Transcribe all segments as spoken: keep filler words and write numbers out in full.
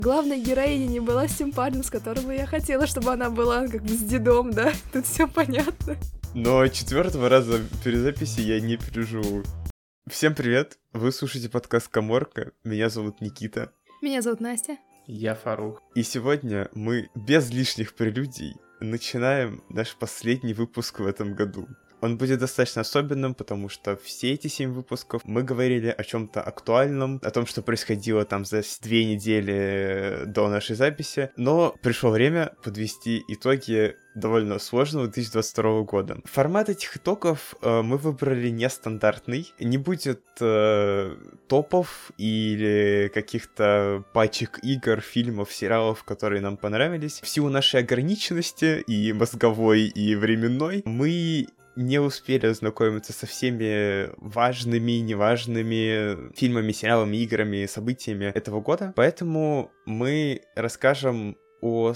главная героиня не была с тем парнем, с которым я хотела, чтобы она была, как бы с дедом, да? Тут все понятно. Но четвертого раза перезаписи я не переживу. Всем привет! Вы слушаете подкаст «Каморка». Меня зовут Никита. Меня зовут Настя. Я Фарух. И сегодня мы без лишних прелюдий начинаем наш последний выпуск в этом году. Он будет достаточно особенным, потому что все эти семь выпусков мы говорили о чем-то актуальном, о том, что происходило там за две недели до нашей записи, но пришло время подвести итоги довольно сложного две тысячи двадцать второго года. Формат этих итогов э, мы выбрали нестандартный. Не будет э, топов или каких-то пачек игр, фильмов, сериалов, которые нам понравились. В силу нашей ограниченности и мозговой, и временной, мы не успели ознакомиться со всеми важными и неважными фильмами, сериалами, играми, событиями этого года. Поэтому мы расскажем о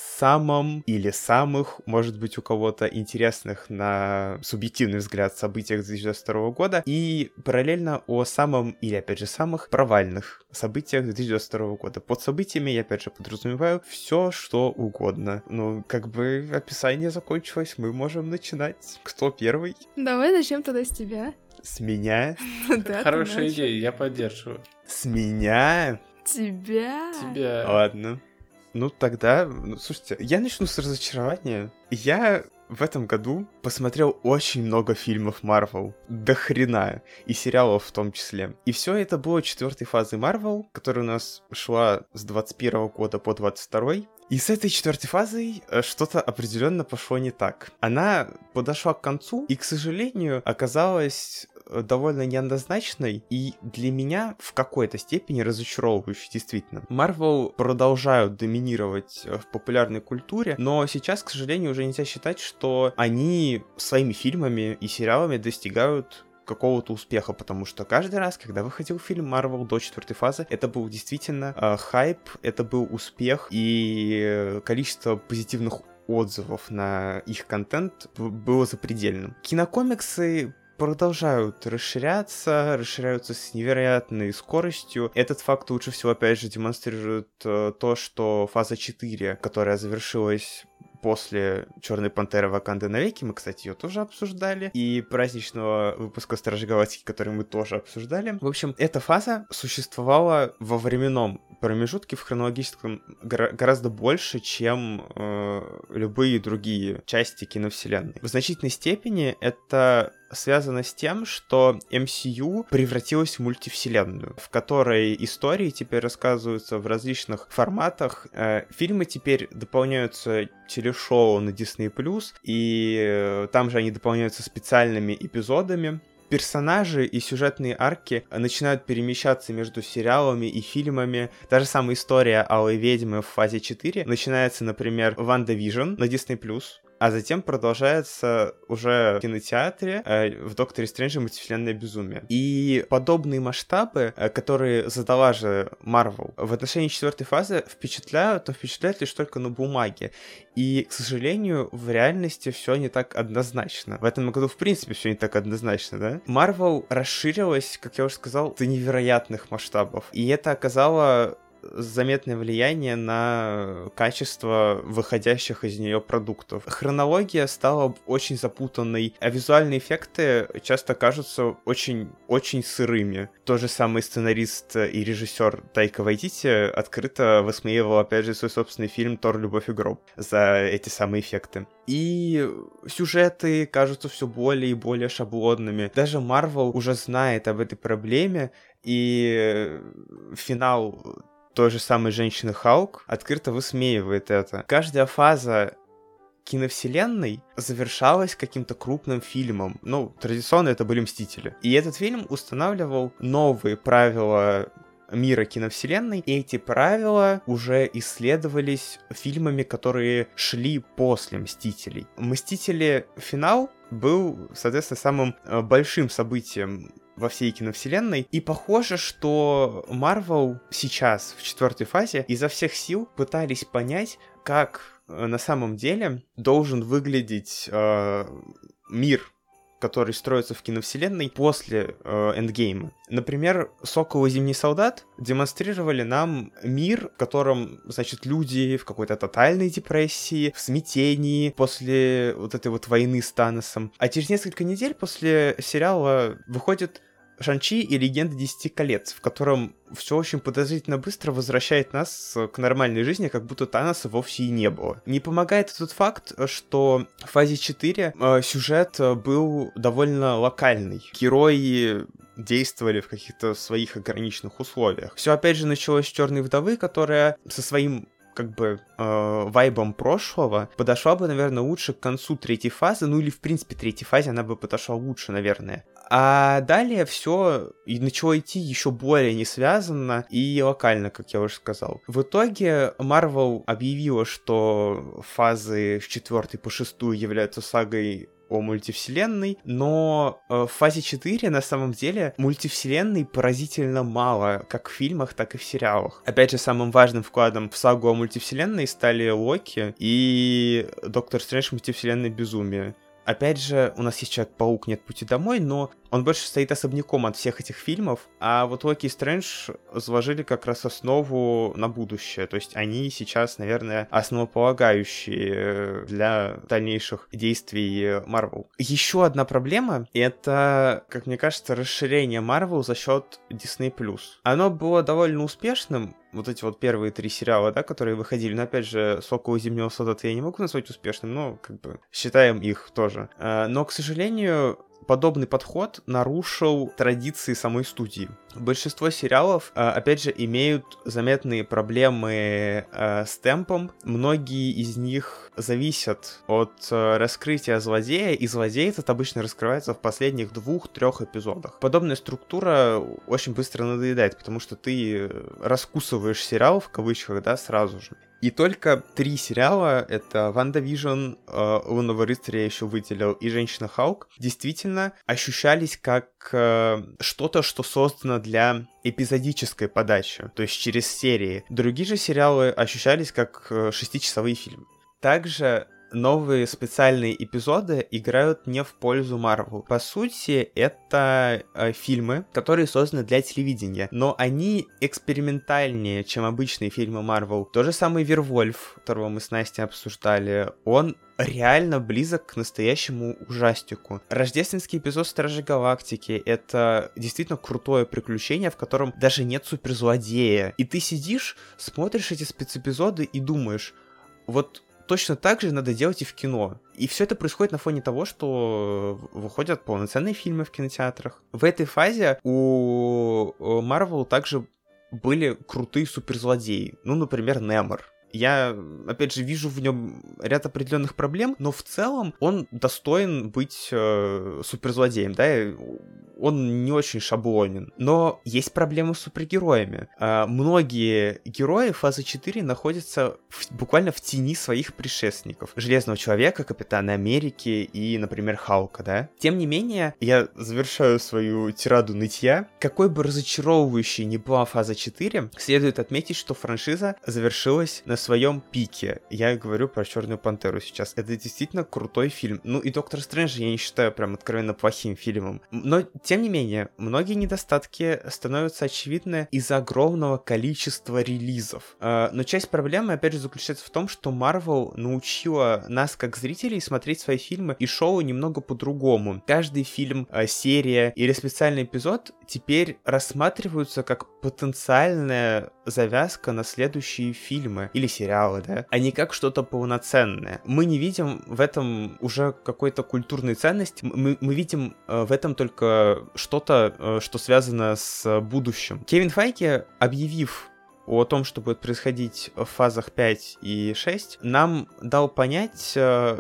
самом или самых, может быть, у кого-то интересных на субъективный взгляд событиях две тысячи двадцать второго года и параллельно о самом или, опять же, самых провальных событиях две тысячи двадцать второго года. Под событиями я, опять же, подразумеваю все, что угодно. Ну, как бы описание закончилось, мы можем начинать. Кто первый? Давай начнем тогда с тебя. С меня? Хорошая идея, я поддерживаю. С меня? Тебя? Тебя. Ладно. Ну, тогда, ну, слушайте, я начну с разочарования. Я в этом году посмотрел очень много фильмов Marvel. До хрена. И сериалов в том числе. И все это было четвертой фазой Marvel, которая у нас шла с двадцать первого года по двадцать второй. И с этой четвертой фазой что-то определенно пошло не так. Она подошла к концу и, к сожалению, оказалась довольно неоднозначной и для меня в какой-то степени разочаровывающей, действительно. Marvel продолжают доминировать в популярной культуре, но сейчас, к сожалению, уже нельзя считать, что они своими фильмами и сериалами достигают какого-то успеха, потому что каждый раз, когда выходил фильм Marvel до четвертой фазы, это был действительно э, хайп, это был успех, и количество позитивных отзывов на их контент было запредельным. Кинокомиксы продолжают расширяться, расширяются с невероятной скоростью. Этот факт лучше всего, опять же, демонстрирует э, то, что фаза четыре, которая завершилась после «Черной пантеры. Ваканда навеки», мы, кстати, ее тоже обсуждали, и праздничного выпуска «Стражей Галактики», который мы тоже обсуждали. В общем, эта фаза существовала во временном промежутке, в хронологическом, гора- гораздо больше, чем э, любые другие части киновселенной. В значительной степени это связано с тем, что эм си ю превратилась в мультивселенную, в которой истории теперь рассказываются в различных форматах. Э, фильмы теперь дополняются телешоу на Disney+, и э, там же они дополняются специальными эпизодами. Персонажи и сюжетные арки начинают перемещаться между сериалами и фильмами. Та же самая история Алой Ведьмы в фазе четыре начинается, например, в WandaVision на Disney+, а затем продолжается уже в кинотеатре э, в «Докторе Стрэнджа. Мультивселенная безумие». И подобные масштабы, э, которые задала же Marvel в отношении четвертой фазы, впечатляют, но впечатляют лишь только на бумаге. И, к сожалению, в реальности все не так однозначно. В этом году, в принципе, все не так однозначно, да? Marvel расширилась, как я уже сказал, до невероятных масштабов. И это оказало заметное влияние на качество выходящих из нее продуктов. Хронология стала очень запутанной, а визуальные эффекты часто кажутся очень-очень сырыми. Тот же самый сценарист и режиссер Тайка Вайтити открыто высмеивал, опять же, свой собственный фильм «Тор. Любовь и гроб» за эти самые эффекты. И сюжеты кажутся все более и более шаблонными. Даже Marvel уже знает об этой проблеме, и финал той же самой «Женщины Халк» открыто высмеивает это. Каждая фаза киновселенной завершалась каким-то крупным фильмом. Ну, традиционно это были «Мстители». И этот фильм устанавливал новые правила мира киновселенной, и эти правила уже исследовались фильмами, которые шли после «Мстителей». «Мстители. Финал» был, соответственно, самым большим событием во всей киновселенной, и похоже, что Marvel сейчас, в четвертой фазе, изо всех сил пытались понять, как на самом деле должен выглядеть э, мир который строится в киновселенной после э, Эндгейма. Например, «Сокол и Зимний солдат» демонстрировали нам мир, в котором, значит, люди в какой-то тотальной депрессии, в смятении после вот этой вот войны с Таносом. А через несколько недель после сериала выходит «Шан-Чи и легенда Десяти колец», в котором все очень подозрительно быстро возвращает нас к нормальной жизни, как будто Таноса вовсе и не было. Не помогает тот факт, что в фазе четыре э, сюжет был довольно локальный. Герои действовали в каких-то своих ограниченных условиях. Все опять же началось с «Черной вдовы», которая со своим как бы э, вайбом прошлого подошла бы, наверное, лучше к концу третьей фазы, ну или в принципе третьей фазе она бы подошла лучше, наверное. А далее все начало идти еще более несвязанно и локально, как я уже сказал. В итоге Marvel объявила, что фазы с четвертой по шестую являются сагой о мультивселенной, но э, в фазе четыре на самом деле мультивселенной поразительно мало, как в фильмах, так и в сериалах. Опять же, самым важным вкладом в сагу о мультивселенной стали Локи и Доктор Стрэндж мультивселенной безумия. Опять же, у нас есть Человек-паук, Нет пути домой, но он больше стоит особняком от всех этих фильмов, а вот Локи и Стрэндж заложили как раз основу на будущее, то есть они сейчас, наверное, основополагающие для дальнейших действий Marvel. Еще одна проблема — это, как мне кажется, расширение Marvel за счет Disney+. Оно было довольно успешным, вот эти вот первые три сериала, да, которые выходили, но опять же, «Сокол и Зимнего солдата» я не могу назвать успешным, но как бы считаем их тоже. Но, к сожалению, подобный подход нарушил традиции самой студии. Большинство сериалов, опять же, имеют заметные проблемы с темпом. Многие из них зависят от раскрытия злодея, и злодей этот обычно раскрывается в последних двух-трех эпизодах. Подобная структура очень быстро надоедает, потому что ты раскусываешь сериал, в кавычках, да, сразу же. И только три сериала, это «Ванда Вижн», «Лунного рыцаря» я еще выделил, и «Женщина-Халк», действительно ощущались как э, что-то, что создано для эпизодической подачи, то есть через серии. Другие же сериалы ощущались как э, шестичасовые фильмы. Также новые специальные эпизоды играют не в пользу Marvel. По сути, это э, фильмы, которые созданы для телевидения, но они экспериментальнее, чем обычные фильмы Marvel. То же самое Вервольф, которого мы с Настей обсуждали, он реально близок к настоящему ужастику. Рождественский эпизод Стражей Галактики — это действительно крутое приключение, в котором даже нет суперзлодея. И ты сидишь, смотришь эти спецэпизоды и думаешь, вот точно так же надо делать и в кино. И все это происходит на фоне того, что выходят полноценные фильмы в кинотеатрах. В этой фазе у Marvel также были крутые суперзлодеи. Ну, например, Немор. Я, опять же, вижу в нем ряд определенных проблем, но в целом он достоин быть э, суперзлодеем, да, он не очень шаблонен. Но есть проблемы с супергероями. Э, многие герои фазы четыре находятся в, буквально в тени своих предшественников. Железного Человека, Капитана Америки и, например, Халка, да. Тем не менее, я завершаю свою тираду нытья. Какой бы разочаровывающей ни была фаза четыре, следует отметить, что франшиза завершилась на своем пике. Я говорю про Черную Пантеру сейчас. Это действительно крутой фильм. Ну и Доктор Стрэндж я не считаю прям откровенно плохим фильмом. Но, тем не менее, многие недостатки становятся очевидны из-за огромного количества релизов. Но часть проблемы, опять же, заключается в том, что Marvel научила нас, как зрителей, смотреть свои фильмы и шоу немного по-другому. Каждый фильм, серия или специальный эпизод теперь рассматриваются как потенциальная завязка на следующие фильмы или сериалы, да, а не как что-то полноценное. Мы не видим в этом уже какой-то культурной ценности, мы, мы видим э, в этом только что-то, э, что связано с будущим. Кевин Файги, объявив о том, что будет происходить в фазах пять и шесть, нам дал понять,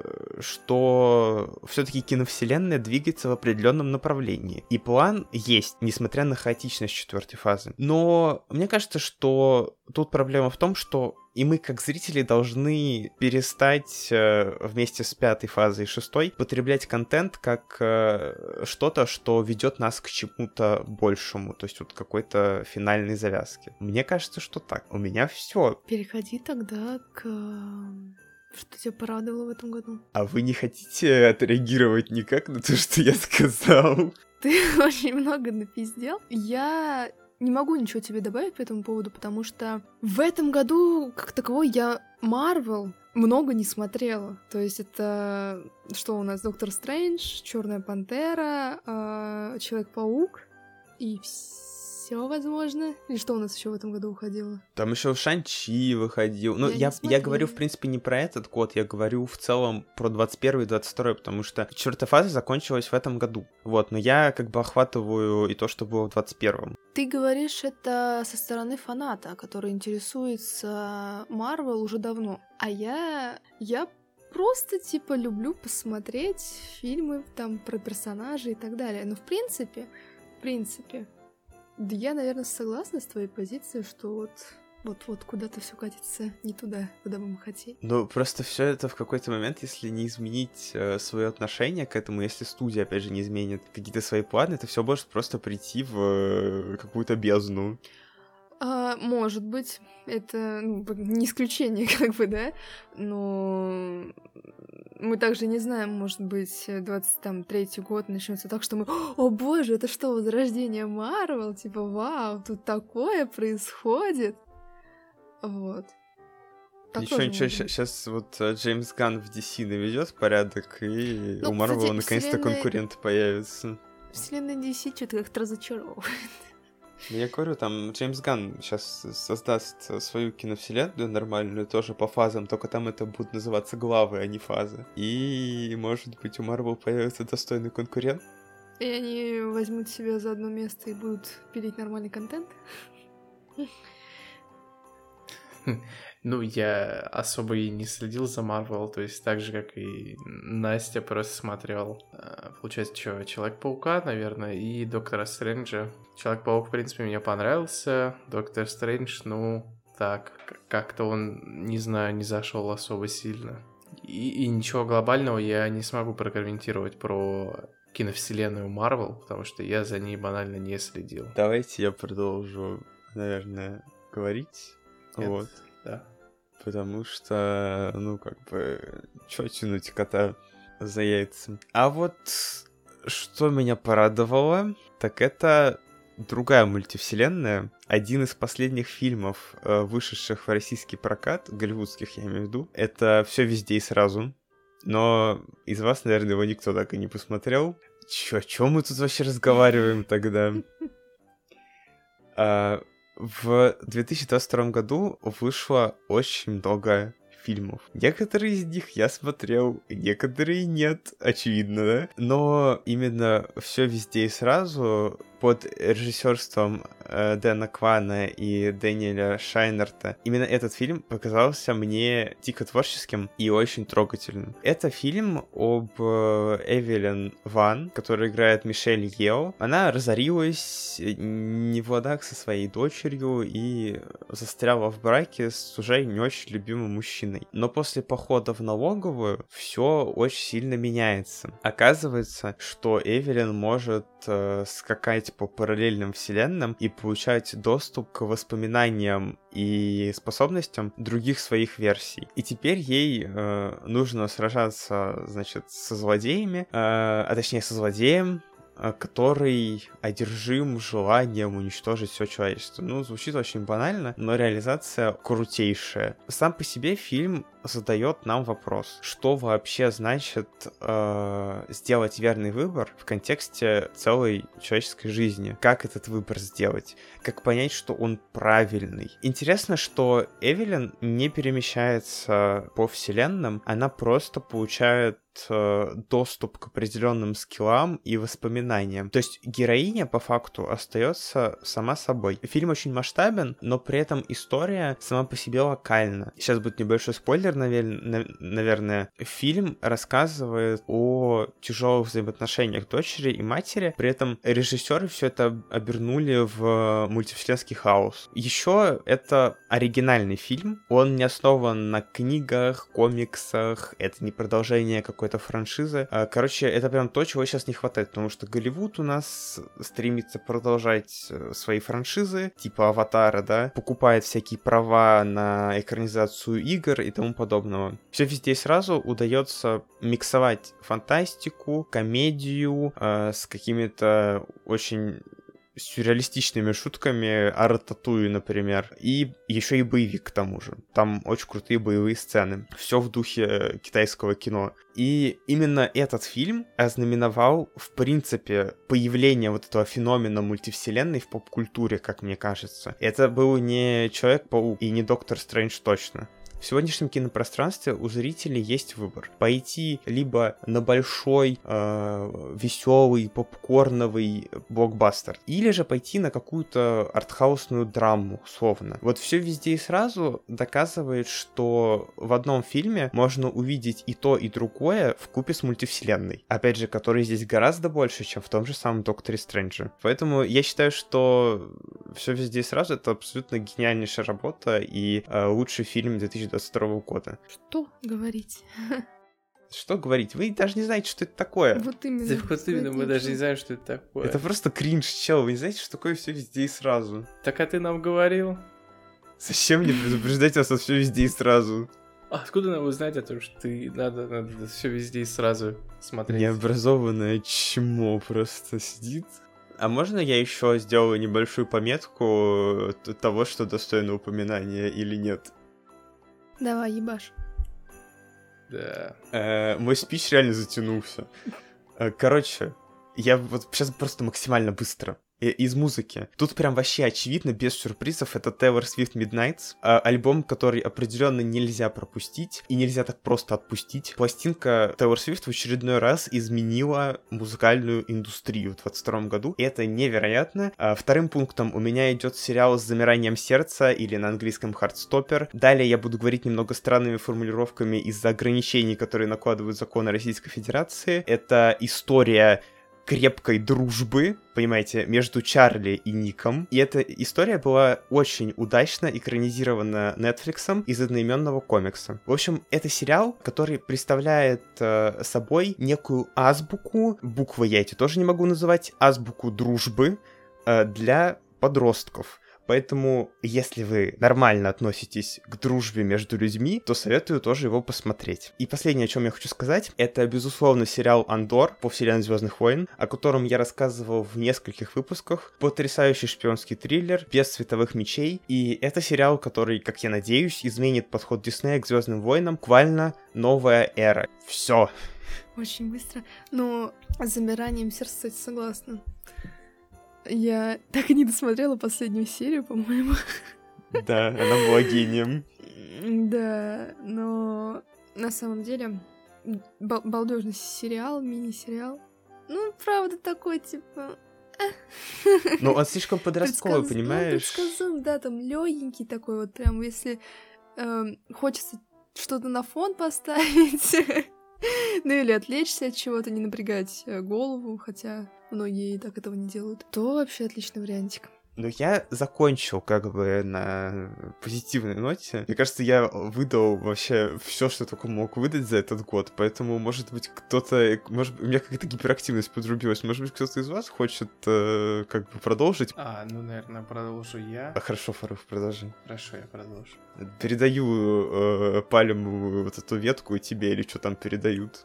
что все-таки киновселенная двигается в определенном направлении. И план есть, несмотря на хаотичность четвертой фазы. Но мне кажется, что тут проблема в том, что и мы, как зрители, должны перестать э, вместе с пятой фазой и шестой потреблять контент как э, что-то, что ведет нас к чему-то большему, то есть вот какой-то финальной завязке. Мне кажется, что так. У меня все. Переходи тогда к Что тебя порадовало в этом году? А вы не хотите отреагировать никак на то, что я сказал? Ты очень много напиздел. Я не могу ничего тебе добавить по этому поводу, потому что в этом году, как таковой, я Марвел много не смотрела. То есть это что у нас? Доктор Стрэндж, Черная Пантера, э, Человек-паук и все, возможно. Или что у нас еще в этом году уходило? Там еще Шан-Чи выходил. Ну, Я я, я, я говорю, в принципе, не про этот год, я говорю в целом про двадцать первый и двадцать второй, потому что четвертая фаза закончилась в этом году. Вот, но я как бы охватываю и то, что было в двадцать первом. Ты говоришь это со стороны фаната, который интересуется Марвел уже давно. А я... я просто, типа, люблю посмотреть фильмы там про персонажей и так далее. Но в принципе, в принципе, да я, наверное, согласна с твоей позицией, что вот вот-вот куда-то все катится не туда, куда бы мы хотели. Ну, просто все это в какой-то момент, если не изменить э, свое отношение к этому, если студия, опять же, не изменит какие-то свои планы, это все может просто прийти в э, какую-то бездну. А, может быть, это ну, не исключение, как бы, да, но мы также не знаем, может быть, двадцать третий год начнется так, что мы, о боже, это что, возрождение Марвел? Типа, вау, тут такое происходит. Вот. Так ничего, ничего, сейчас вот Джеймс Ганн в ди си наведет порядок, и ну, у Марвела наконец-то вселенная... конкуренты появятся. Вселенная ди си что-то как-то разочаровывает. Я говорю, там Джеймс Ганн сейчас создаст свою киновселенную нормальную, тоже по фазам, только там это будут называться главы, а не фазы. И, может быть, у Марвел появится достойный конкурент. И они возьмут себя за одно место и будут пилить нормальный контент? Ну, я особо и не следил за Марвел, то есть так же, как и Настя, просто смотрел, получается, что, Человек-паука, наверное, и Доктора Стрэнджа. Человек-паук, в принципе, мне понравился, Доктор Стрэндж, ну, так, как-то он, не знаю, не зашел особо сильно. И, и ничего глобального я не смогу прокомментировать про киновселенную Марвел, потому что я за ней банально не следил. Давайте я продолжу, наверное, говорить. Нет, вот. Да. Потому что, ну, как бы, чё тянуть кота за яйца. А вот что меня порадовало, так это другая мультивселенная. Один из последних фильмов, вышедших в российский прокат, голливудских я имею в виду, это «Все везде и сразу». Но из вас, наверное, его никто так и не посмотрел. Чё, о чём мы тут вообще разговариваем тогда? А, в две тысячи двадцать втором году вышло очень много фильмов. Некоторые из них я смотрел, некоторые нет, очевидно, да? Но именно «Все везде и сразу» под режиссерством э, Дэна Квана и Дэниеля Шайнерта. Именно этот фильм показался мне дико творческим и очень трогательным. Это фильм об э, Эвелин Ван, которая играет Мишель Ео. Она разорилась не в ладах со своей дочерью и застряла в браке с уже не очень любимым мужчиной. Но после похода в налоговую все очень сильно меняется. Оказывается, что Эвелин может э, скакать по параллельным вселенным и получать доступ к воспоминаниям и способностям других своих версий. И теперь ей э, нужно сражаться, значит, со злодеями, э, а точнее со злодеем, который одержим желанием уничтожить все человечество. Ну, звучит очень банально, но реализация крутейшая. Сам по себе фильм задает нам вопрос, что вообще значит э, сделать верный выбор в контексте целой человеческой жизни. Как этот выбор сделать? Как понять, что он правильный? Интересно, что Эвелин не перемещается по вселенным, она просто получает доступ к определенным скиллам и воспоминаниям. То есть героиня по факту остается сама собой. Фильм очень масштабен, но при этом история сама по себе локальна. Сейчас будет небольшой спойлер, наверное. Фильм рассказывает о тяжелых взаимоотношениях дочери и матери. При этом режиссеры все это обернули в мультивселенский хаос. Еще это оригинальный фильм. Он не основан на книгах, комиксах. Это не продолжение какой-то франшизы. Короче, это прям то, чего сейчас не хватает, потому что Голливуд у нас стремится продолжать свои франшизы, типа Аватара, да, покупает всякие права на экранизацию игр и тому подобного. Все везде и сразу удается миксовать фантастику, комедию э, с какими-то очень сюрреалистичными шутками о Рататуе, например. И еще и боевик к тому же. Там очень крутые боевые сцены. Все в духе китайского кино. И именно этот фильм ознаменовал, в принципе, появление вот этого феномена мультивселенной в поп-культуре, как мне кажется. Это был не Человек-паук и не Доктор Стрэндж точно. В сегодняшнем кинопространстве у зрителей есть выбор. Пойти либо на большой, э, веселый, попкорновый блокбастер, или же пойти на какую-то артхаусную драму, условно. Вот все везде и сразу доказывает, что в одном фильме можно увидеть и то, и другое вкупе с мультивселенной. Опять же, которой здесь гораздо больше, чем в том же самом Докторе Стрэнджа. Поэтому я считаю, что все везде и сразу — это абсолютно гениальнейшая работа и э, лучший фильм две тысячи двадцать второго года. Что говорить? Что говорить? Вы даже не знаете, что это такое. Вот именно. Да, вот именно, мы даже не знаем, что это такое. Это просто кринж, чел. Вы не знаете, что такое все везде и сразу. Так а ты нам говорил? Зачем мне предупреждать вас от все везде и сразу? А откуда нам узнать о том, что ты надо, надо все везде и сразу смотреть? Необразованное чмо просто сидит. А можно я еще сделаю небольшую пометку того, что достойно упоминания или нет? Давай, ебашь. Да. Э, мой спич реально затянулся. Э, короче, я вот сейчас просто максимально быстро. Из музыки. Тут прям вообще очевидно, без сюрпризов, это Taylor Swift Midnights, э, альбом, который определенно нельзя пропустить, и нельзя так просто отпустить. Пластинка Taylor Swift в очередной раз изменила музыкальную индустрию в двадцать втором году, и это невероятно. Э, вторым пунктом у меня идет сериал «С замиранием сердца», или на английском «Heartstopper». Далее я буду говорить немного странными формулировками из-за ограничений, которые накладывают законы Российской Федерации. Это история крепкой дружбы, понимаете, между Чарли и Ником. И эта история была очень удачно экранизирована Netflix'ом из одноименного комикса. В общем, это сериал, который представляет э, собой некую азбуку, буквы я эти тоже не могу называть, азбуку дружбы э, для подростков. Поэтому, если вы нормально относитесь к дружбе между людьми, то советую тоже его посмотреть. И последнее, о чем я хочу сказать, это, безусловно, сериал «Андор» по вселенной «Звездных войн», о котором я рассказывал в нескольких выпусках. Потрясающий шпионский триллер, без световых мечей. И это сериал, который, как я надеюсь, изменит подход Диснея к «Звездным войнам». Буквально новая эра. Все. Очень быстро. Но с замиранием сердца, кстати, согласна. Я так и не досмотрела последнюю серию, по-моему. Да, она была гением. Да, но на самом деле бал- балдежный сериал, мини-сериал. Ну, правда, такой, типа... Ну, он слишком подростковый, Предсказ- понимаешь? Ну, предсказуем, да, там легенький такой вот, прям, если э, хочется что-то на фон поставить, ну или отвлечься от чего-то, не напрягать голову, хотя многие так этого не делают, то вообще отличный вариантик. Ну, я закончил как бы на позитивной ноте. Мне кажется, я выдал вообще все, что только мог выдать за этот год, поэтому, может быть, кто-то... Может, у меня какая-то гиперактивность подрубилась. Может быть, кто-то из вас хочет э, как бы продолжить? А, ну, наверное, продолжу я. А, хорошо, Фарух, продолжи. Хорошо, я продолжу. Передаю э, пальму вот эту ветку тебе, или что там передают.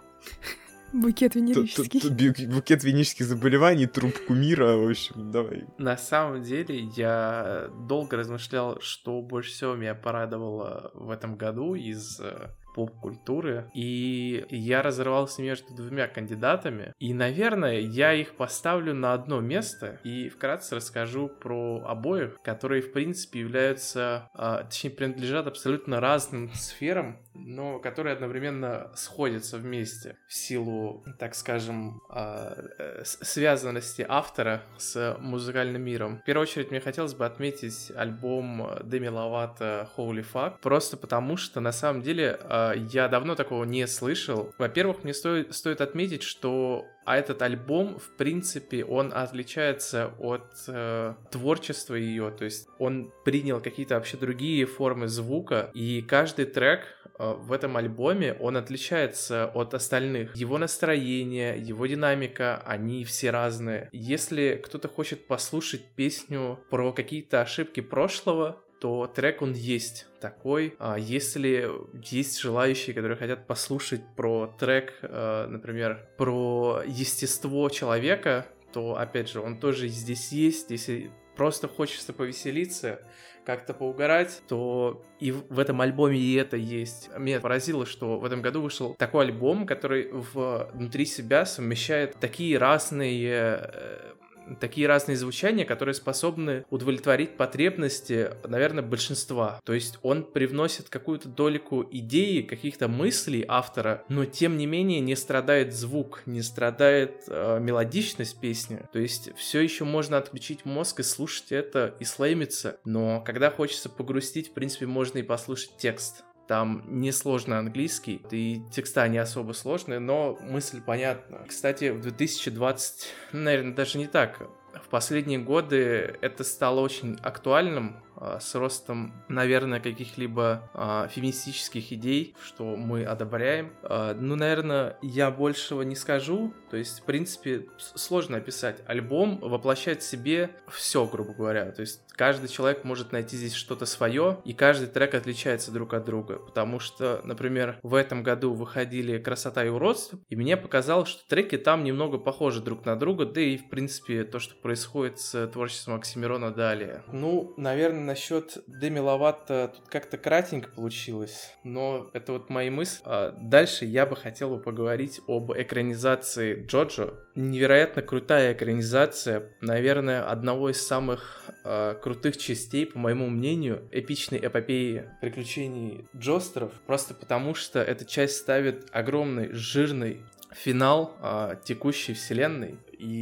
Букет венерический. Букет венерических заболеваний, трубку мира, в общем, давай. На самом деле, я долго размышлял, что больше всего меня порадовало в этом году из поп-культуры, и я разрывался между двумя кандидатами, и, наверное, я их поставлю на одно место, и вкратце расскажу про обоих, которые, в принципе, являются, а, точнее, принадлежат абсолютно разным сферам, но которые одновременно сходятся вместе в силу, так скажем, а, связанности автора с музыкальным миром. В первую очередь, мне хотелось бы отметить альбом Деми Ловато «Holy Fuck», просто потому что, на самом деле, я давно такого не слышал. Во-первых, мне стоит, стоит отметить, что а этот альбом, в принципе, он отличается от э, творчества ее, то есть он принял какие-то вообще другие формы звука, и каждый трек э, в этом альбоме, он отличается от остальных. Его настроение, его динамика, они все разные. Если кто-то хочет послушать песню про какие-то ошибки прошлого, то трек он есть такой. А если есть желающие, которые хотят послушать про трек, например, про естество человека, то, опять же, он тоже здесь есть. Если просто хочется повеселиться, как-то поугарать, то и в этом альбоме и это есть. Меня поразило, что в этом году вышел такой альбом, который внутри себя совмещает такие разные... такие разные звучания, которые способны удовлетворить потребности, наверное, большинства. То есть он привносит какую-то долику идеи, каких-то мыслей автора, но тем не менее не страдает звук, не страдает э, мелодичность песни. То есть все еще можно отключить мозг и слушать это и слеймиться, но когда хочется погрустить, в принципе, можно и послушать текст. Там несложный английский, и текста не особо сложные, но мысль понятна. Кстати, в две тысячи двадцатом, наверное, даже не так. В последние годы это стало очень актуальным, с ростом, наверное, каких-либо а, феминистических идей, что мы одобряем. А, ну, наверное, я большего не скажу. То есть, в принципе, сложно описать. Альбом воплощает в себе все, грубо говоря. То есть, каждый человек может найти здесь что-то свое, и каждый трек отличается друг от друга. Потому что, например, в этом году выходили «Красота и уродство», и мне показалось, что треки там немного похожи друг на друга, да и, в принципе, то, что происходит с творчеством Оксимирона далее. Ну, наверное, насчет Деми Ловато тут как-то кратенько получилось, но это вот мои мысли. А дальше я бы хотел бы поговорить об экранизации Джоджо. Невероятно крутая экранизация, наверное, одного из самых э, крутых частей, по моему мнению, эпичной эпопеи приключений Джостеров, просто потому что эта часть ставит огромный, жирный финал э, текущей вселенной.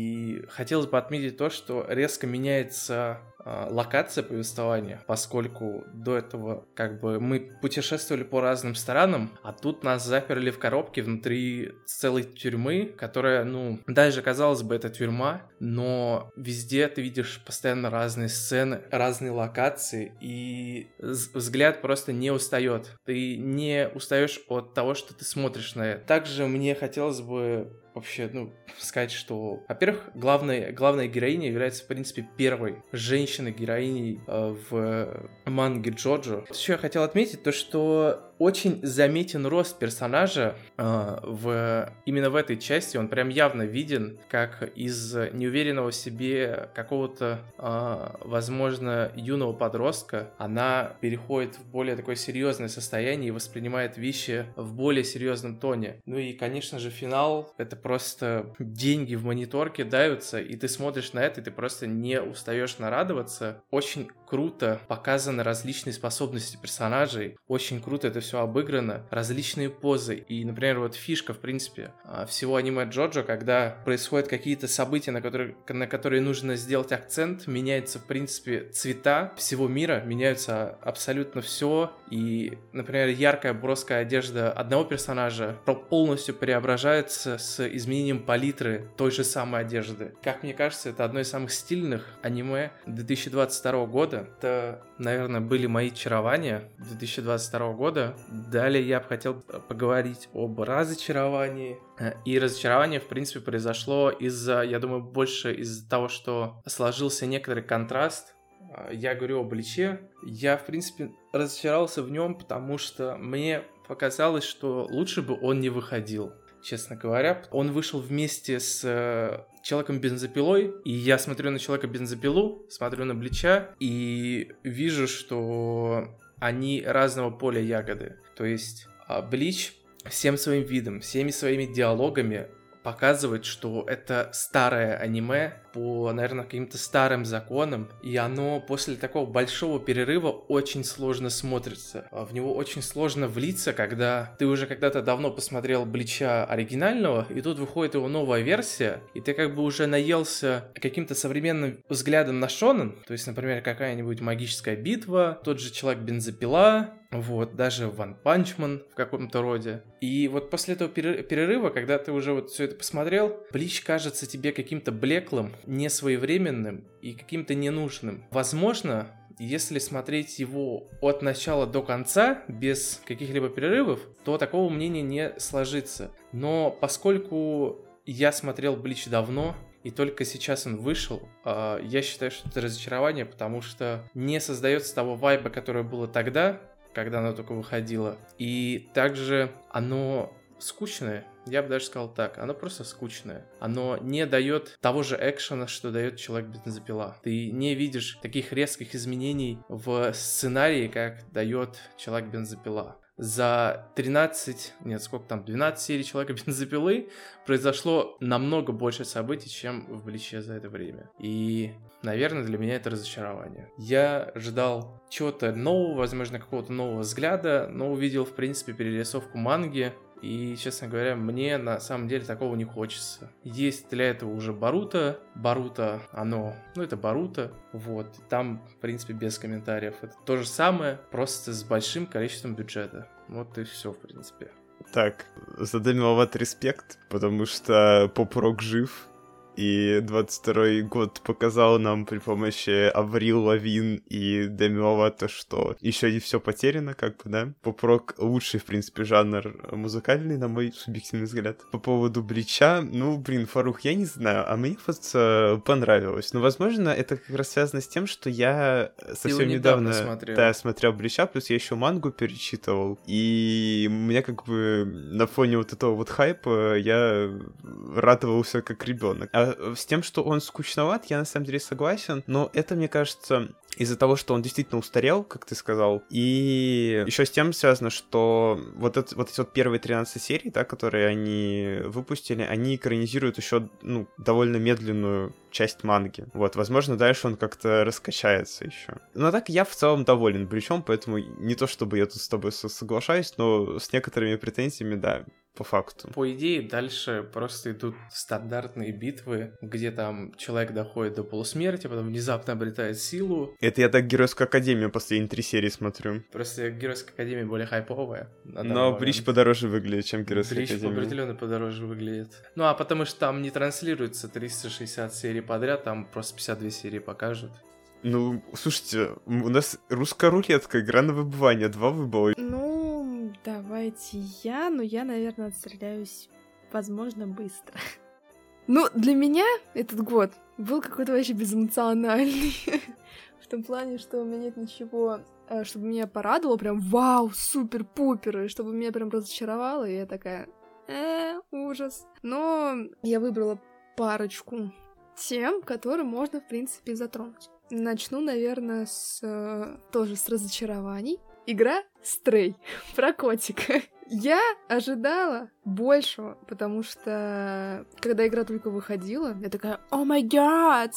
И хотелось бы отметить то, что резко меняется э, локация повествования, поскольку до этого как бы мы путешествовали по разным странам, а тут нас заперли в коробке внутри целой тюрьмы, которая, ну, даже казалось бы, это тюрьма, но везде ты видишь постоянно разные сцены, разные локации, и взгляд просто не устает. Ты не устаешь от того, что ты смотришь на это. Также мне хотелось бы вообще, ну, сказать, что, во-первых, главной, главная героиня является, в принципе, первой женщиной-героиней э, в манге Джоджо. Еще я хотел отметить то, что очень заметен рост персонажа э, в, именно в этой части. Он прям явно виден, как из неуверенного в себе какого-то, э, возможно, юного подростка она переходит в более такое серьезное состояние и воспринимает вещи в более серьезном тоне. Ну и, конечно же, финал — это просто деньги в монитор кидаются, и ты смотришь на это, и ты просто не устаешь нарадоваться. Очень круто показаны различные способности персонажей, очень круто это все обыграно, различные позы. И, например, вот фишка, в принципе, всего аниме Джоджо, когда происходят какие-то события, на которые, на которые нужно сделать акцент, меняются, в принципе, цвета всего мира, меняются абсолютно все. И, например, яркая броская одежда одного персонажа полностью преображается с изменением палитры той же самой одежды. Как мне кажется, это одно из самых стильных аниме две тысячи двадцать второго года. Это, наверное, были мои очарования две тысячи двадцать второго года. Далее я бы хотел поговорить об разочаровании. И разочарование, в принципе, произошло из-за, я думаю, больше из-за того, что сложился некоторый контраст. Я говорю об Бличе. Я, в принципе, разочаровался в нем, потому что мне показалось, что лучше бы он не выходил. Честно говоря, он вышел вместе с э, Человеком-бензопилой, и я смотрю на Человека-бензопилу, смотрю на Блича, и вижу, что они разного поля ягоды. То есть э, Блич всем своим видом, всеми своими диалогами показывает, что это старое аниме по, наверное, каким-то старым законам, и оно после такого большого перерыва очень сложно смотрится. В него очень сложно влиться, когда ты уже когда-то давно посмотрел Блича оригинального, и тут выходит его новая версия, и ты как бы уже наелся каким-то современным взглядом на шонен, то есть, например, какая-нибудь магическая битва, тот же Человек-бензопила, вот, даже One Punch Man в каком-то роде. И вот после этого перерыва, когда ты уже вот все это посмотрел, Блич кажется тебе каким-то блеклым, несвоевременным и каким-то ненужным. Возможно, если смотреть его от начала до конца, без каких-либо перерывов, то такого мнения не сложится. Но поскольку я смотрел Блич давно, и только сейчас он вышел. Я считаю, что это разочарование, потому что не создается того вайба, которое было тогда, когда оно только выходило. И также оно скучное. Я бы даже сказал так, оно просто скучное. Оно не дает того же экшена, что дает Человек-бензопила. Ты не видишь таких резких изменений в сценарии, как дает Человек-бензопила. За тринадцать, нет, сколько там, двенадцать серий Человека-бензопилы произошло намного больше событий, чем в Бличе за это время. И, наверное, для меня это разочарование. Я ждал чего-то нового, возможно, какого-то нового взгляда, но увидел, в принципе, перерисовку манги. И, честно говоря, мне на самом деле такого не хочется. Есть для этого уже Боруто. Боруто, оно, ну это Боруто. Вот, там, в принципе, без комментариев. Это то же самое, просто с большим количеством бюджета. Вот и все, в принципе. Так, за Demi Lovato респект, потому что поп-рок жив. И двадцать второй год показал нам при помощи Аврил Лавин и Demi Lovato, что еще не все потеряно, как бы, да. Поп-рок лучший, в принципе, жанр музыкальный, на мой субъективный взгляд. По поводу Блича, ну, блин, Фарух, я не знаю, а мне вот э, понравилось. Но, возможно, это как раз связано с тем, что я совсем недавно, недавно смотрел. Да, смотрел Блича, плюс я еще мангу перечитывал. И у меня как бы на фоне вот этого вот хайпа я радовался как ребенок. А с тем, что он скучноват, я на самом деле согласен, но это, мне кажется, из-за того, что он действительно устарел, как ты сказал, и еще с тем связано, что вот, это, вот эти вот первые тринадцать серий, да, которые они выпустили, они экранизируют еще, ну, довольно медленную часть манги. Вот, возможно, дальше он как-то раскачается еще. Но так я в целом доволен Бличом, поэтому не то чтобы я тут с тобой соглашаюсь, но с некоторыми претензиями, да, по факту. По идее, дальше просто идут стандартные битвы, где там человек доходит до полусмерти, потом внезапно обретает силу. Это я так Геройскую Академию последние три серии смотрю. Просто Геройская Академия более хайповая. Но Блич подороже выглядит, чем Геройская Блич Академия. Блич определенно подороже выглядит. Ну, а потому что там не транслируется триста шестьдесят серий подряд, там просто пятьдесят две серии покажут. Ну, слушайте, у нас русская рулетка, игра на выбывание, два выбыла. Ну, давайте я, но я, наверное, отстреляюсь, возможно, быстро. Ну, для меня этот год был какой-то вообще безэмоциональный. В том плане, что у меня нет ничего, чтобы меня порадовало, прям вау, супер-пупер, и чтобы меня прям разочаровало, и я такая, э, ужас. Но я выбрала парочку тем, которые можно, в принципе, затронуть. Начну, наверное, с э, тоже с разочарований. Игра Stray про котика. Я ожидала большего, потому что когда игра только выходила, я такая, о май гад,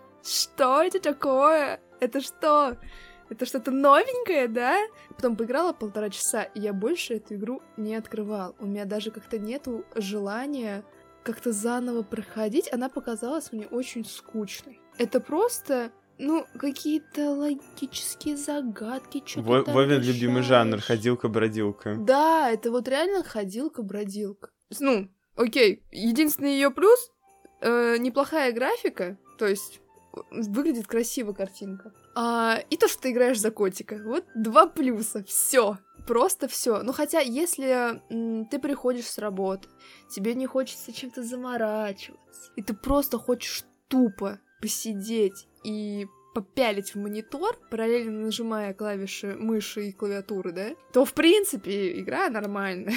что это такое? Это что? Это что-то новенькое, да? Потом поиграла полтора часа, и я больше эту игру не открывала. У меня даже как-то нету желания как-то заново проходить. Она показалась мне очень скучной. Это просто... Ну, какие-то логические загадки, что-то Во- там Вовин решаешь. любимый жанр, ходилка-бродилка. Да, это вот реально ходилка-бродилка. Ну, окей, единственный ее плюс э, неплохая графика, то есть выглядит красиво картинка. А, и то, что ты играешь за котика. Вот два плюса, все. Просто все. Ну, хотя, если м, ты приходишь с работы, тебе не хочется чем-то заморачиваться, и ты просто хочешь тупо посидеть и попялить в монитор, параллельно нажимая клавиши мыши и клавиатуры, да, то, в принципе, игра нормальная.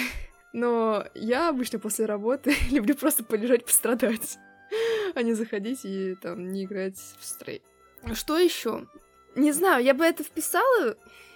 Но я обычно после работы люблю просто полежать, пострадать, а не заходить и там не играть в Stray. Что еще? Не знаю, я бы это вписала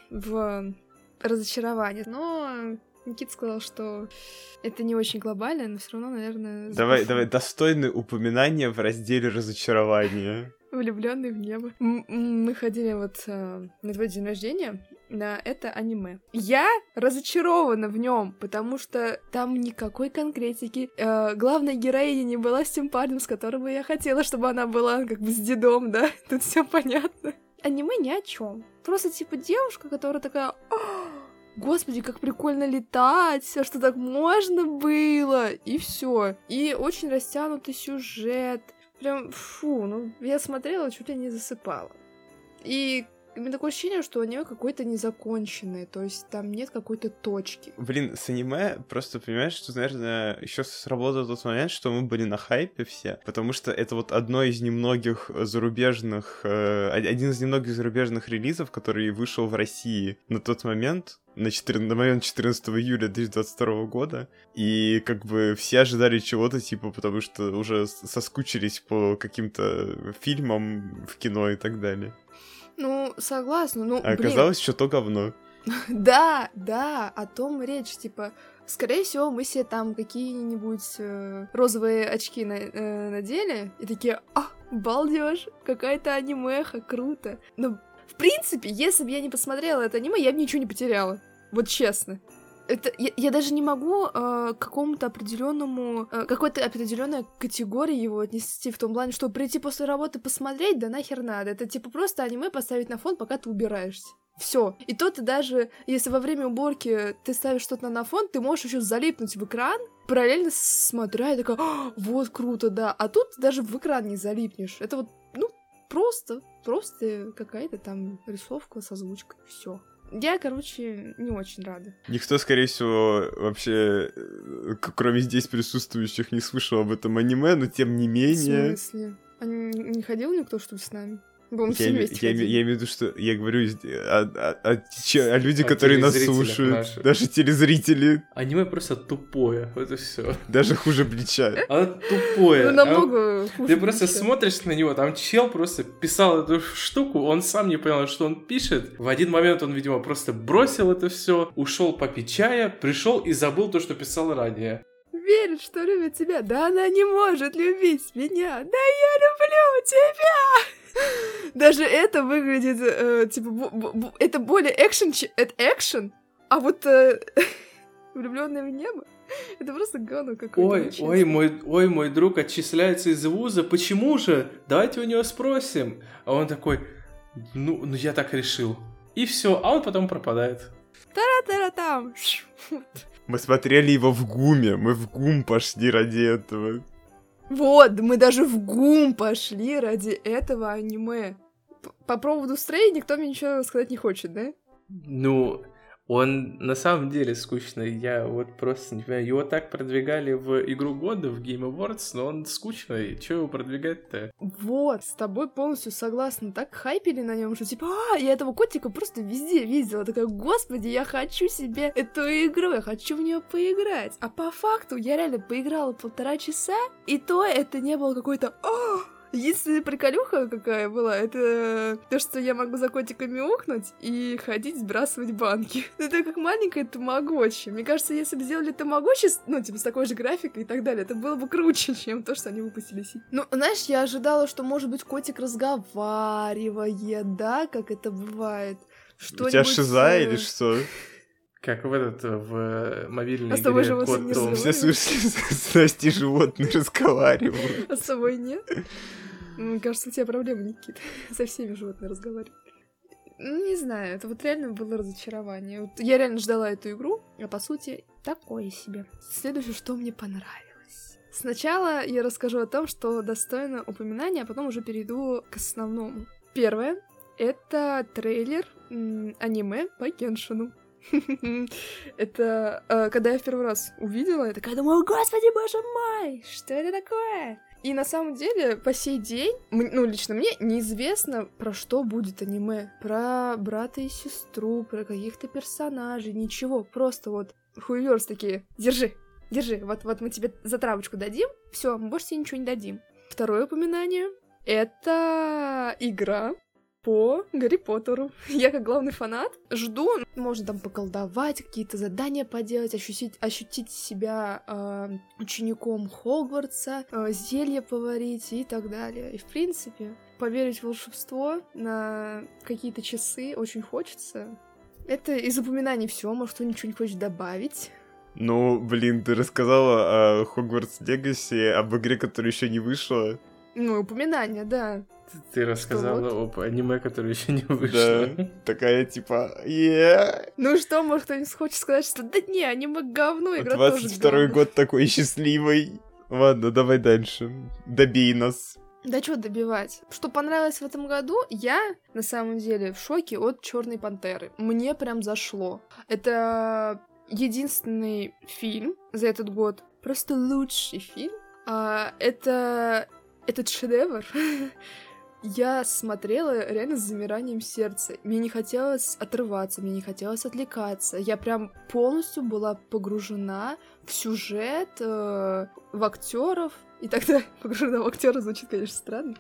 в разочарование, но Никита сказал, что это не очень глобально, но все равно, наверное... Давай, запишу. давай, достойные упоминания в разделе разочарования. Влюбленный в небо. М- м- Мы ходили вот э, на твой день рождения на это аниме. Я разочарована в нем, потому что там никакой конкретики. Э, главная героиня не была с тем парнем, с которым я хотела, чтобы она была как бы с дедом, да? Тут все понятно. Аниме ни о чем. Просто типа девушка, которая такая... Господи, как прикольно летать, а что так можно было, и все. И очень растянутый сюжет. Прям, фу, ну, я смотрела, чуть ли не засыпала. И у меня такое ощущение, что аниме какое-то незаконченное, то есть там нет какой-то точки. Блин, с аниме просто, понимаешь, что, наверное, еще сработал тот момент, что мы были на хайпе все, потому что это вот одно из немногих зарубежных, э, один из немногих зарубежных релизов, который вышел в России на тот момент, на, четырнадцатого, на момент четырнадцатого июля две тысячи двадцать второго года, и как бы все ожидали чего-то, типа, потому что уже соскучились по каким-то фильмам в кино и так далее. Ну, согласна, ну, А блин. оказалось, что то говно. Да, да, о том речь, типа, скорее всего, мы себе там какие-нибудь э, розовые очки на, э, надели, и такие, а, балдеж, какая-то анимеха, круто. Но, в принципе, если бы я не посмотрела это аниме, я бы ничего не потеряла, вот честно. Это, я, я даже не могу э, к какому-то определенному, э, какой-то определенной категории его отнести в том плане, что прийти после работы посмотреть, да нахер надо. Это типа просто аниме поставить на фон, пока ты убираешься. Все. И то ты даже, если во время уборки ты ставишь что-то на фон, ты можешь еще залипнуть в экран, параллельно смотря, и такая, вот круто, да. А тут ты даже в экран не залипнешь. Это вот, ну, просто, просто какая-то там рисовка с озвучкой. Все. Я, короче, не очень рада. Никто, скорее всего, вообще, кроме здесь присутствующих, не слышал об этом аниме, но тем не менее... В смысле? А не, не ходил никто, что ли, с нами? Мы Я, все вместе я, я, я имею в виду, что я говорю о, о, о, о, о люди, О которые нас телезрителях слушают, наших. даже телезрители, Аниме просто тупое, это все. даже хуже Блича. Оно тупое. Ну, намного хуже. Ты просто Блича. смотришь на него, там чел просто писал эту штуку, он сам не понял, что он пишет. В один момент он, видимо, просто бросил это все, ушел попить чая, пришел и забыл то, что писал ранее. Верит, что любит тебя. Да она не может любить меня. Да я люблю тебя. Даже это выглядит, э, типа, бо- бо- это более экшен, ч- это экшен, а вот э, влюбленная в небо, это просто говно какое-то. Ой, честно. ой, мой, ой, мой друг отчисляется из вуза, почему же? Давайте у него спросим. А он такой, ну, ну я так решил. И все, а он потом пропадает. Тара-тара-там. Мы смотрели его в ГУМе, мы в ГУМ пошли ради этого. Вот, мы даже в ГУМ пошли ради этого аниме. П- По поводу Стрэй никто мне ничего сказать не хочет, да? Ну, он на самом деле скучный. Я вот просто не понимаю. Его так продвигали в игру года, в Game Awards, но он скучный. Чего его продвигать-то? Вот, с тобой полностью согласна. Так хайпели на нем, что типа, а, я этого котика просто везде видела. Такая, господи, я хочу себе эту игру, я хочу в нее поиграть. А по факту я реально поиграла полтора часа, и то это не было какой-то, а, единственная приколюха какая была, это то, что я могу за котиками ухнуть и ходить сбрасывать банки. Это как маленькая тамагочи. Мне кажется, если бы сделали тамагочи, ну, типа, с такой же графикой и так далее, это было бы круче, чем то, что они выпустили. Ну, знаешь, я ожидала, что, может быть, котик разговаривает, да, как это бывает. У тебя шиза или что? Как в этот, в мобильной А с тобой игре же Кот не Том. разговаривают? Все слышали, с Настей животные разговаривают. А с собой нет? Мне кажется, у тебя проблемы, Никита. Со всеми животные разговаривают. Ну, не знаю, это вот реально было разочарование. Вот я реально ждала эту игру, а по сути, такое себе. Следующее, что мне понравилось. Сначала я расскажу о том, что достойно упоминания, а потом уже перейду к основному. Первое — это трейлер м, аниме по Кеншину. Это э, когда я в первый раз увидела, я такая думаю, господи, боже мой, что это такое? И на самом деле, по сей день, м- ну, лично мне неизвестно, про что будет аниме. Про брата и сестру, про каких-то персонажей, ничего. Просто вот хуеверс такие, держи, держи, вот, вот мы тебе затравочку дадим, все, мы больше тебе ничего не дадим. Второе упоминание — это игра по Гарри Поттеру. Я, как главный фанат, жду. Можно там поколдовать, какие-то задания поделать, ощутить, ощутить себя э, учеником Хогвартса, э, зелье поварить и так далее. И, в принципе, поверить в волшебство на какие-то часы очень хочется. Это из упоминаний все. Может, кто ничего не хочет добавить? Ну, блин, ты рассказала о Хогвартс Легаси, об игре, которая еще не вышла. Ну, упоминания, да. Ты рассказала об аниме, которое еще не вышло. Да, такая типа, е Ну что, может, кто-нибудь хочет сказать, что да не, аниме говно, игра тоже двадцать второй говно. год такой счастливый. Ладно, давай дальше. Добей нас. Да что добивать? Что понравилось в этом году? Я, на самом деле, в шоке от «Черной пантеры». Мне прям зашло. Это единственный фильм за этот год, просто лучший фильм. А, это этот шедевр. Я смотрела реально с замиранием сердца. Мне не хотелось отрываться, мне не хотелось отвлекаться. Я прям полностью была погружена в сюжет, э, в актеров. И тогда погружена в актера звучит, конечно, странно,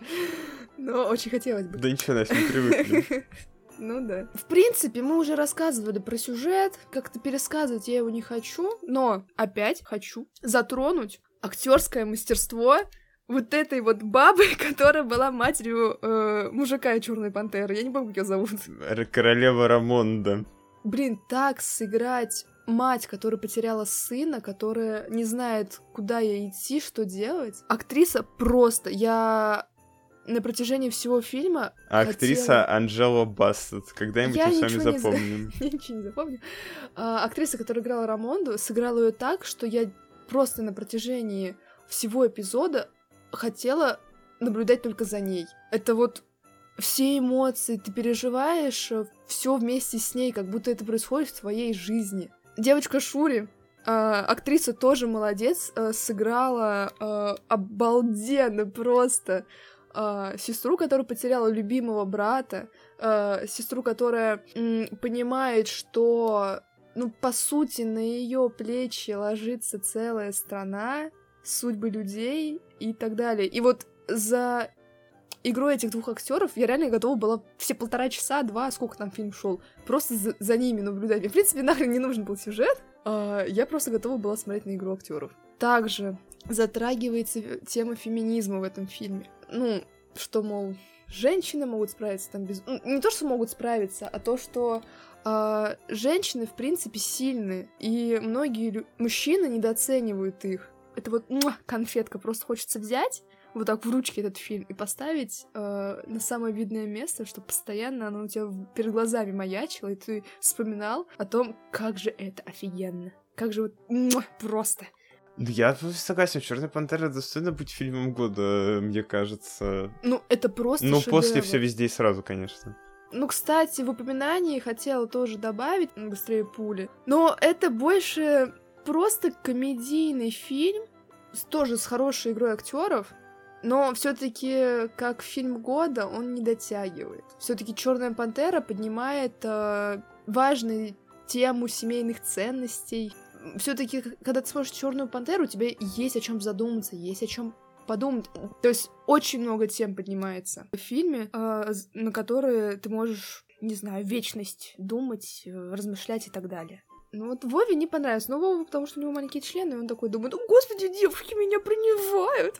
но очень хотелось бы. Да ничего, Настя, не привыкли. Ну да. В принципе, мы уже рассказывали про сюжет, как-то пересказывать я его не хочу, но опять хочу затронуть актерское мастерство вот этой вот бабы, которая была матерью э, мужика Черной пантеры. Я не помню, как ее зовут. Королева Рамонда. Блин, так сыграть мать, которая потеряла сына, которая не знает, куда ей идти, что делать. Актриса просто... Я на протяжении всего фильма А актриса хотела... Анджела Бассет. Когда-нибудь Я мы с вами ничего не запомним. за- Я ничего не запомню. А, актриса, которая играла Рамонду, сыграла ее так, что я просто на протяжении всего эпизода хотела наблюдать только за ней. Это вот все эмоции, ты переживаешь все вместе с ней, как будто это происходит в твоей жизни. Девочка Шури, э, актриса тоже молодец, э, сыграла э, обалденно просто э, сестру, которая потеряла любимого брата, э, сестру, которая м, понимает, что, ну, по сути, на ее плечи ложится целая страна, судьбы людей и так далее. И вот за игрой этих двух актеров я реально готова была все полтора часа, два, сколько там фильм шел, просто за, за ними наблюдать. Мне, в принципе, нахрен не нужен был сюжет, а я просто готова была смотреть на игру актеров. Также затрагивается тема феминизма в этом фильме. Ну, что, мол, женщины могут справиться там без... Ну, не то, что могут справиться, а то, что э, женщины, в принципе, сильны, и многие лю... мужчины недооценивают их. Это вот муа, конфетка, просто хочется взять вот так в ручке этот фильм и поставить э, на самое видное место, чтобы постоянно оно у тебя перед глазами маячило, и ты вспоминал о том, как же это офигенно. Как же вот муа, просто. Я согласен, «Черная пантера» достойна быть фильмом года, мне кажется. Ну, это просто Ну, шедевр. после «Все везде и сразу», конечно. Ну, кстати, в упоминании хотела тоже добавить «Быстрее пули», но это больше просто комедийный фильм, с, тоже с хорошей игрой актеров, но все-таки как фильм года он не дотягивает. Все-таки «Черная пантера» поднимает э, важную тему семейных ценностей. Все-таки, когда ты смотришь «Черную пантеру», у тебя есть о чем задуматься, есть о чем подумать. То есть очень много тем поднимается в фильме, э, на которые ты можешь, не знаю, вечность думать, э, размышлять и так далее. Ну вот Вове не понравилось. Но Вова, потому что у него маленькие члены, и он такой думает: «О, господи, девушки меня принимают!»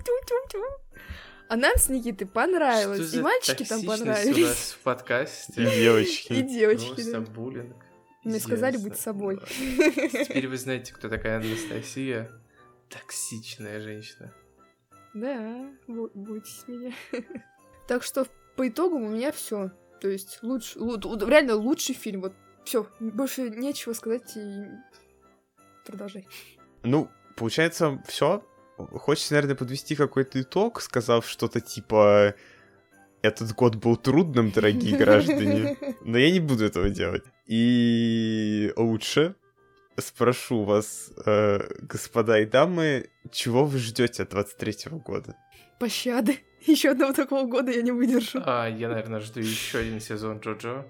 А нам с Никитой понравилось. Что и мальчики там понравились. У нас в подкасте. И девочки. И девочки, Просто да. буллинг. Мне сказали быть собой. Теперь вы знаете, кто такая Анастасия. Токсичная женщина. Да, бойтесь меня. Так что по итогам у меня все. То есть луч... реально лучший фильм. Вот все, больше нечего сказать и продолжай. Ну, получается, все. Хочется, наверное, подвести какой-то итог, сказав что-то типа: этот год был трудным, дорогие граждане. Но я не буду этого делать. И лучше спрошу вас, э, господа и дамы, чего вы ждете от двадцать третьего года? Пощады. Еще одного такого года я не выдержу. А, я, наверное, жду еще один сезон Джоджо.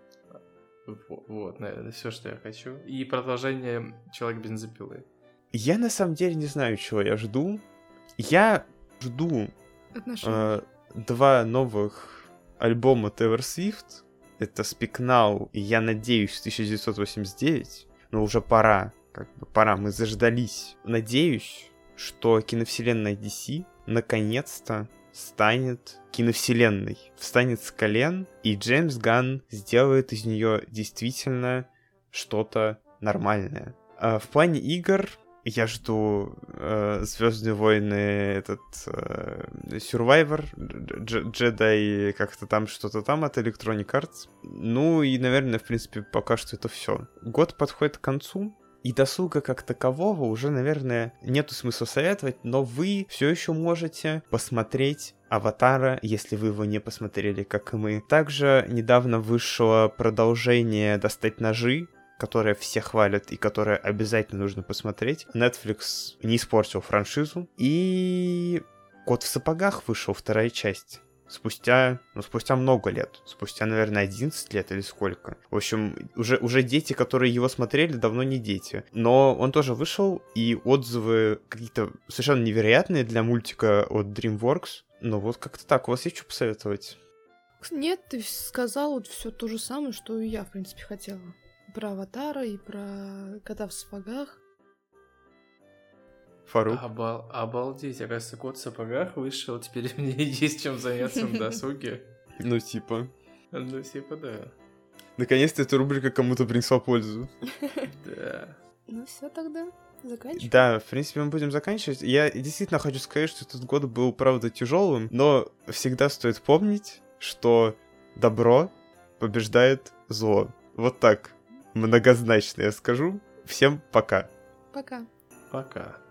Вот, наверное, все, что я хочу. И продолжение Человек-бензопилы. Я на самом деле не знаю, чего я жду. Я жду э, два новых альбома Тейлор Свифт. Это Speak Now и, я надеюсь, тысяча девятьсот восемьдесят девять. Но уже пора, как бы пора, мы заждались. Надеюсь, что киновселенная ди си наконец-то станет киновселенной, встанет с колен, и Джеймс Ганн сделает из нее действительно что-то нормальное. А в плане игр я жду э, Звездные войны, этот э, Survivor, Jedi, как-то там, что-то там от Electronic Arts. Ну и, наверное, в принципе, пока что это все. Год подходит к концу. и досуга как такового уже, наверное, нету смысла советовать, но вы все еще можете посмотреть «Аватара», если вы его не посмотрели, как и мы. Также недавно вышло продолжение «Достать ножи», которое все хвалят и которое обязательно нужно посмотреть. Netflix не испортил франшизу. И «Кот в сапогах» вышел вторая часть. Спустя, ну, спустя много лет. Спустя, наверное, одиннадцать лет или сколько. В общем, уже, уже дети, которые его смотрели, давно не дети. Но он тоже вышел, и отзывы какие-то совершенно невероятные для мультика от DreamWorks. Ну вот как-то так. У вас есть что посоветовать? Нет, ты сказал вот все то же самое, что и я, в принципе, хотела. Про «Аватара» и про «Кота в сапогах». Фарук? Обал- обалдеть, оказывается, «Кот в сапогах» вышел, теперь мне есть чем заняться в досуге. Ну, типа. Ну, типа, да. Наконец-то эта рубрика кому-то принесла пользу. Да. Ну все тогда, заканчиваем. Да, в принципе, мы будем заканчивать. Я действительно хочу сказать, что этот год был, правда, тяжелым, но всегда стоит помнить, что добро побеждает зло. Вот так многозначно я скажу. Всем пока. Пока. Пока.